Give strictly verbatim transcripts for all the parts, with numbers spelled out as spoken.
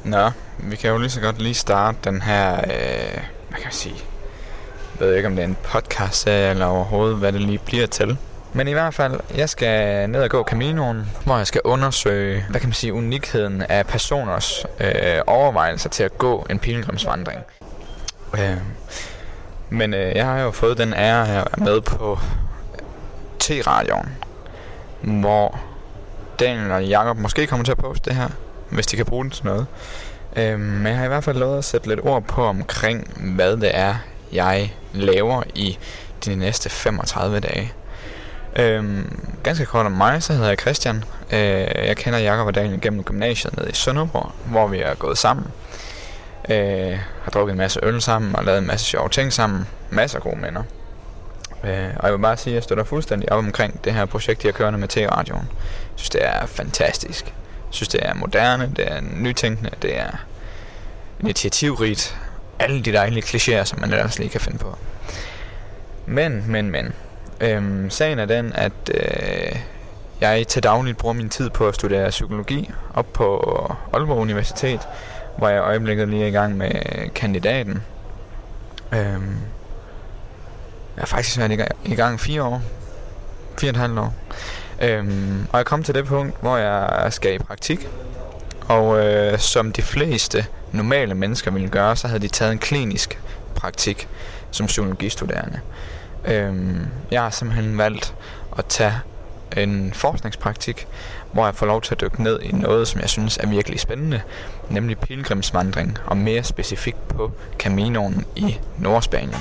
Nå, vi kan jo lige så godt lige starte den her, øh, hvad kan jeg sige, jeg ved ikke om det er en podcast eller overhovedet, hvad det lige bliver til. Men i hvert fald, jeg skal ned og gå Caminoen, hvor jeg skal undersøge, hvad kan man sige, unikheden af personers øh, overvejelser til at gå en pilgrimsvandring. Øh, men øh, jeg har jo fået den ære her at være med på T-radioen, hvor Daniel og Jakob måske kommer til at poste det her, hvis de kan bruge det til noget. Øh, men jeg har i hvert fald lovet at sætte lidt ord på omkring, hvad det er, jeg laver i de næste femogtredive dage. Øhm, ganske kort om mig, så hedder jeg Christian. øh, Jeg kender Jakob og Daniel gennem gymnasiet nede i Sønderborg, hvor vi er gået sammen. øh, Har drukket en masse øl sammen og lavet en masse sjove ting sammen. Masser af gode minder. øh, Og jeg vil bare sige, at jeg støtter fuldstændig op omkring det her projekt, jeg kører med T-radioen. Jeg synes, det er fantastisk. Jeg synes, det er moderne, det er nytænkende, det er initiativrigt. Alle de dejlige klichéer, som man ellers lige kan finde på. Men, men, men Øhm, sagen er den, at øh, jeg til dagligt bruger min tid på at studere psykologi op på Aalborg Universitet, hvor jeg i øjeblikket lige er i gang med kandidaten. Øhm, jeg har faktisk været i gang, i gang fire år, fire og et halvt år. Øhm, og jeg kom til det punkt, hvor jeg skal i praktik. Og øh, som de fleste normale mennesker ville gøre, så havde de taget en klinisk praktik som psykologistuderende. Øhm, jeg har simpelthen valgt at tage en forskningspraktik, hvor jeg får lov til at dykke ned i noget, som jeg synes er virkelig spændende, nemlig pilgrimsvandring, og mere specifikt på Caminoen i Nordspanien.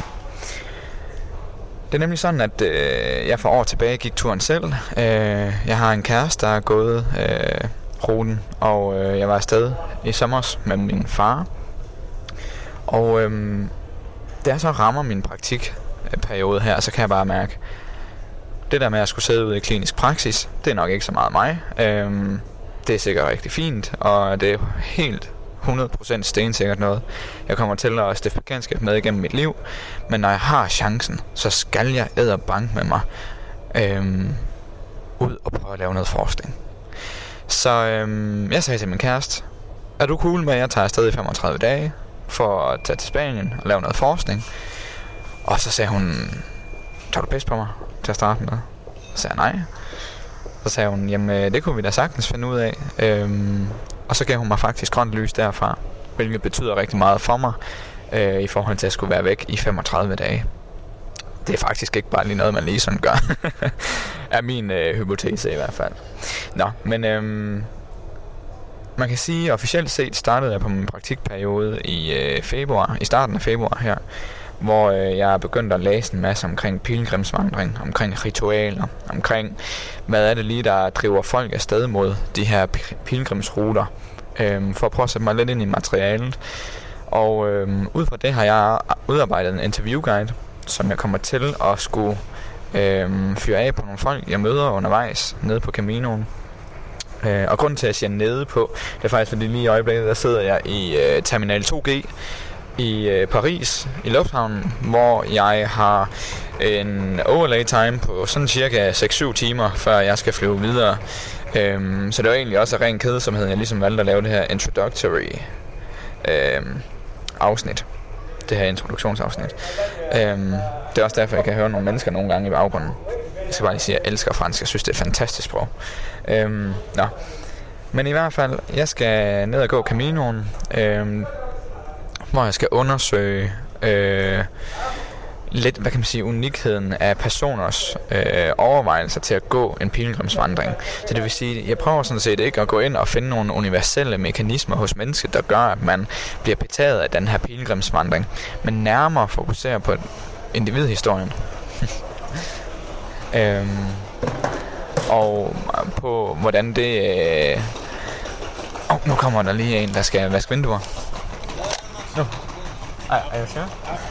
Det er nemlig sådan, at øh, jeg for år tilbage gik turen selv. øh, Jeg har en kæreste, der er gået øh, ruten, og øh, jeg var afsted i sommer med min far. Og øh, da jeg så rammer min praktik periode her, så kan jeg bare mærke, det der med at skulle sidde ude i klinisk praksis, det er nok ikke så meget mig. øhm, Det er sikkert rigtig fint, og det er helt hundrede procent stensikkert noget, jeg kommer til at stifte bekendtskab med igennem mit liv. Men når jeg har chancen, så skal jeg edderbanke med mig øhm, ud og prøve at lave noget forskning. Så øhm, jeg sagde til min kæreste, er du cool med, at jeg tager afsted i femogtredive dage for at tage til Spanien og lave noget forskning? Og så sagde hun, tager du pis på mig til at starte med? Så sagde jeg nej. Så sagde hun, jamen det kunne vi da sagtens finde ud af. øhm, Og så gav hun mig faktisk grønt lys derfra, hvilket betyder rigtig meget for mig, øh, i forhold til at skulle være væk i femogtredive dage. Det er faktisk ikke bare lige noget, man lige sådan gør. Er min øh, hypotese i hvert fald. Nå, men øhm, man kan sige, at officielt set startede jeg på min praktikperiode i øh, februar, i starten af februar her, hvor øh, jeg er begyndt at læse en masse omkring pilgrimsvandring, omkring ritualer, omkring hvad er det lige, der driver folk afsted mod de her pilgrimsruter, øh, for at prøve at sætte mig lidt ind i materialet. Og øh, ud fra det har jeg udarbejdet en interviewguide, som jeg kommer til at skulle øh, fyre af på nogle folk, jeg møder undervejs nede på Caminoen. Øh, og grunden til at jeg siger nede på, det er faktisk fordi lige i øjeblikket, der sidder jeg i øh, Terminal to G, i øh, Paris, i lufthavnen, hvor jeg har en overlay time på sådan cirka seks syv timer, før jeg skal flyve videre. Øhm, så det var egentlig også ren kedsomhed, jeg ligesom valgte at lave det her introductory øhm, afsnit. Det her introduktionsafsnit. Øhm, det er også derfor, jeg kan høre nogle mennesker nogle gange i baggrunden. Jeg skal bare lige sige, at jeg elsker fransk. Jeg synes, det er et fantastisk sprog. Øhm, nå. Men i hvert fald, jeg skal ned og gå Caminoen, øhm, hvor jeg skal undersøge øh, lidt, hvad kan man sige, unikheden af personers øh, overvejelser til at gå en pilgrimsvandring. Så det vil sige, jeg prøver sådan set ikke at gå ind og finde nogle universelle mekanismer hos mennesket, der gør, at man bliver betaget af den her pilgrimsvandring, men nærmere fokusere på individhistorien. øhm, og på hvordan det... Øh... Oh, nu kommer der lige en, der skal vaske vinduer. Nu. Ej, er jeg sikker?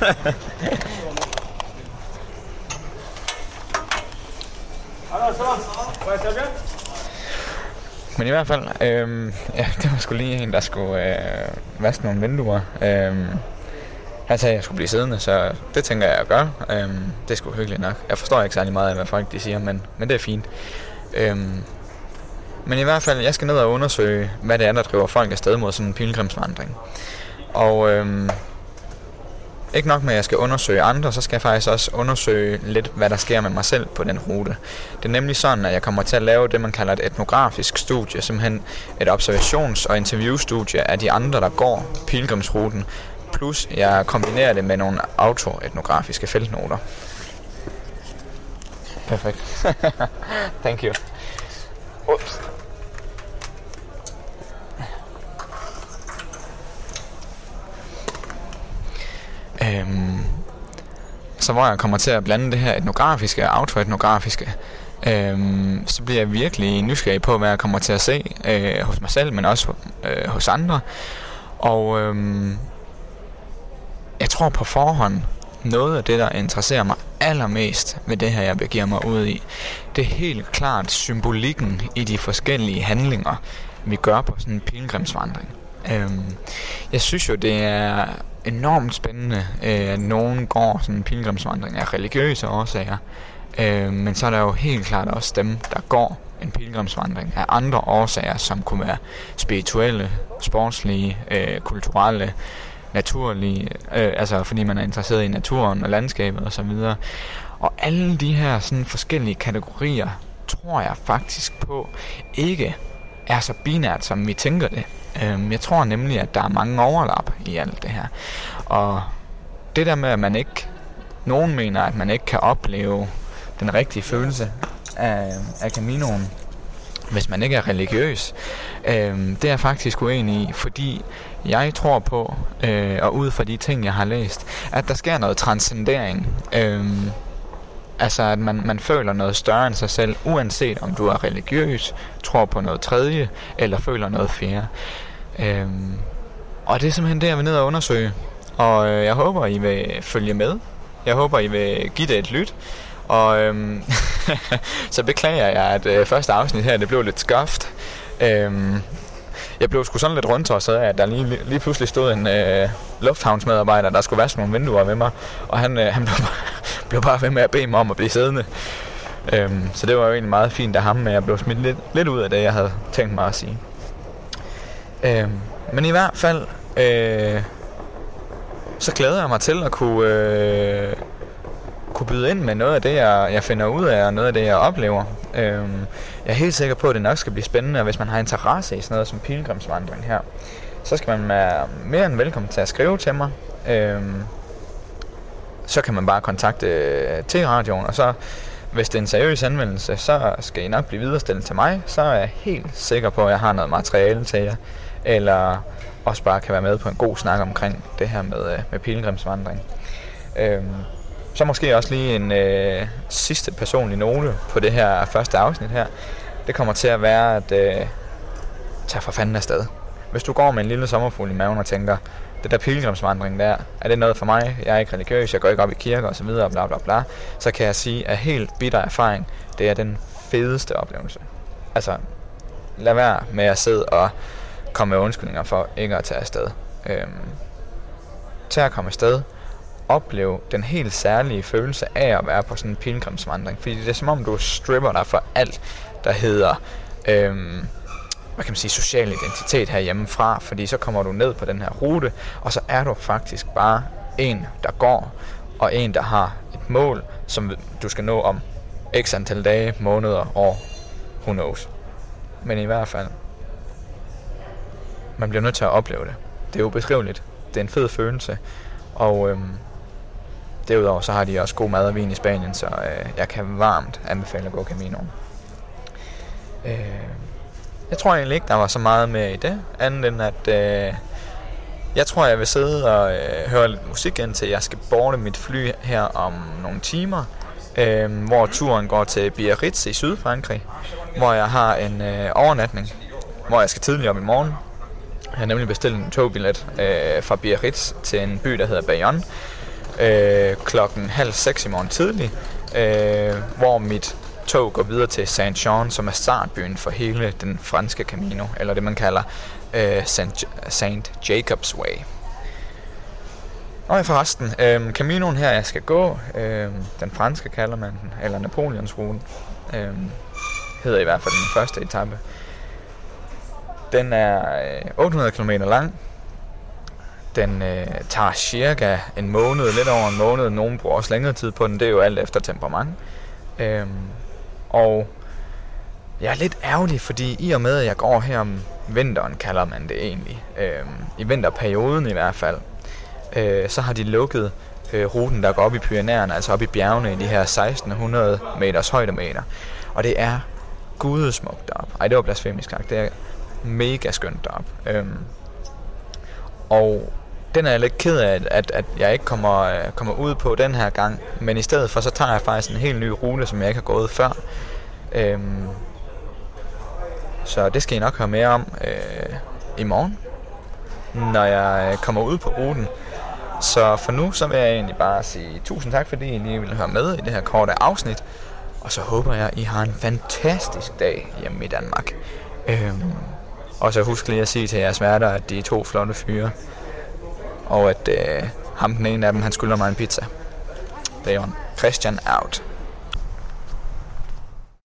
Men i hvert fald, øhm, ja, det var sgu lige en, der skulle øh, vaske nogle vinduer. Øhm, han sagde, at jeg skulle blive siddende, så det tænker jeg at gøre. Øhm, det er sgu hyggeligt nok. Jeg forstår ikke særlig meget af, hvad folk de siger, men, men det er fint. Øhm, Men i hvert fald, jeg skal ned og undersøge, hvad det er, der driver folk afsted mod sådan en pilgrimsvandring. Og øhm, ikke nok med, at jeg skal undersøge andre, så skal jeg faktisk også undersøge lidt, hvad der sker med mig selv på den rute. Det er nemlig sådan, at jeg kommer til at lave det, man kalder et etnografisk studie, simpelthen et observations- og interviewstudie af de andre, der går pilgrimsruten, plus jeg kombinerer det med nogle autoetnografiske feltnoter. Perfekt. Thank you. Ups. Øhm, så hvor jeg kommer til at blande det her etnografiske og autoetnografiske, øhm, så bliver jeg virkelig nysgerrig på, hvad jeg kommer til at se øh, hos mig selv, men også øh, hos andre. Og øhm, jeg tror på forhånd, noget af det, der interesserer mig allermest ved det her, jeg begiver mig ud i, det er helt klart symbolikken i de forskellige handlinger, vi gør på sådan en pilgrimsvandring. Øhm, jeg synes jo, det er enormt spændende, øh, at nogen går sådan en pilgrimsvandring af religiøse årsager, øh, men så er der jo helt klart også dem, der går en pilgrimsvandring af andre årsager, som kunne være spirituelle, sportslige, øh, kulturelle, naturlige, øh, altså fordi man er interesseret i naturen og landskabet og så videre. Og alle de her sådan forskellige kategorier, tror jeg faktisk på, ikke er så binært, som vi tænker det. Øh, jeg tror nemlig, at der er mange overlap i alt det her. Og det der med, at man ikke, nogen mener, at man ikke kan opleve den rigtige følelse af, af Caminoen, hvis man ikke er religiøs, øh, det er jeg faktisk uenig i, fordi jeg tror på, øh, og ud fra de ting, jeg har læst, at der sker noget transcendering. Øh, altså, at man, man føler noget større end sig selv, uanset om du er religiøs, tror på noget tredje, eller føler noget fjerde. Øh, og det er simpelthen det, jeg vil ned og undersøge. Og øh, jeg håber, I vil følge med. Jeg håber, I vil give det et lyt. Og øhm, så beklager jeg, at øh, første afsnit her, det blev lidt skøft. Øhm, jeg blev sgu sådan lidt rundtosset af, at der lige, lige pludselig stod en øh, lufthavnsmedarbejder, der skulle vaske nogle vinduer ved mig. Og han, øh, han blev, bare, blev bare ved med at bede mig om at blive siddende. Øhm, så det var jo egentlig meget fint af ham, men jeg blev smidt lidt, lidt ud af det, jeg havde tænkt mig at sige. Øhm, men i hvert fald, øh, så glæder jeg mig til at kunne... Øh, kunne byde ind med noget af det, jeg, jeg finder ud af, og noget af det, jeg oplever. Øhm, jeg er helt sikker på, at det nok skal blive spændende, og hvis man har interesse i sådan noget som pilgrimsvandring her, så skal man være mere end velkommen til at skrive til mig. Øhm, så kan man bare kontakte til radioen, og så, hvis det er en seriøs anmeldelse, så skal I nok blive viderestillet til mig. Så er jeg helt sikker på, at jeg har noget materiale til jer, eller også bare kan være med på en god snak omkring det her med, med pilgrimsvandring. Øhm, Så måske også lige en øh, sidste personlig note på det her første afsnit her. Det kommer til at være at øh, tage for fanden afsted. Hvis du går med en lille sommerfugl i maven og tænker, det der pilgrimsvandring der, er det noget for mig? Jeg er ikke religiøs, jeg går ikke op i kirker og så videre, og bla bla bla. Så kan jeg sige, at helt bitter erfaring, det er den fedeste oplevelse. Altså, lad være med at sidde og komme med undskyldninger for ikke at tage afsted. Øhm, tag at komme afsted. Opleve den helt særlige følelse af at være på sådan en pilgrimsvandring. Fordi det er som om, du stripper dig for alt, der hedder øhm, hvad kan man sige, social identitet herhjemmefra. Fordi så kommer du ned på den her rute, og så er du faktisk bare en, der går, og en, der har et mål, som du skal nå om x antal dage, måneder, år, who knows. Men i hvert fald, man bliver nødt til at opleve det. Det er ubeskriveligt. Det er en fed følelse. Og øhm, derudover så har de også god mad og vin i Spanien, så øh, jeg kan varmt anbefale at gå Caminoen. Øh, jeg tror egentlig ikke, der var så meget mere i det, andet end at øh, jeg tror, jeg vil sidde og øh, høre lidt musik, indtil jeg skal boarde mit fly her om nogle timer, øh, hvor turen går til Biarritz i Sydfrankrig, hvor jeg har en øh, overnatning, hvor jeg skal tidligt op i morgen. Jeg har nemlig bestilt en togbillet øh, fra Biarritz til en by, der hedder Bayonne, øh, klokken halv seks i morgen tidlig, øh, hvor mit tog går videre til Saint-Jean, som er startbyen for hele den franske Camino, eller det man kalder øh, Saint Jacob's Way. Og forresten, øh, Caminoen her, jeg skal gå, øh, den franske kalder man den, eller Napoleonsruten, øh, hedder i hvert fald den første etape. Den er øh, otte hundrede kilometer lang. Den øh, tager cirka en måned, lidt over en måned. Nogen bruger også længere tid på den. Det er jo alt efter temperament. Øhm, og jeg er lidt ærgerlig, fordi i og med, at jeg går her om vinteren, kalder man det egentlig. Øhm, I vinterperioden i hvert fald. Øh, så har de lukket øh, ruten, der går op i Pyrenæerne, altså op i bjergene i de her seksten hundrede meters højdemeter. Og det er gudesmukt deroppe. Ej, det var blasfemisk sagt. Det er mega skønt deroppe. Øhm, og den er jeg lidt ked af, at, at jeg ikke kommer, øh, kommer ud på den her gang. Men i stedet for, så tager jeg faktisk en helt ny rute, som jeg ikke har gået før. Øhm, så det skal I nok høre mere om øh, i morgen, når jeg kommer ud på ruten. Så for nu, så vil jeg egentlig bare sige tusind tak, fordi I lige ville høre med i det her korte afsnit. Og så håber jeg, I har en fantastisk dag hjemme i Danmark. Øhm, og så husk lige at sige til jeres værter, at de er to flotte fyre. Og at øh, ham den ene af dem, han skylder mig en pizza. Det er jo Christian out.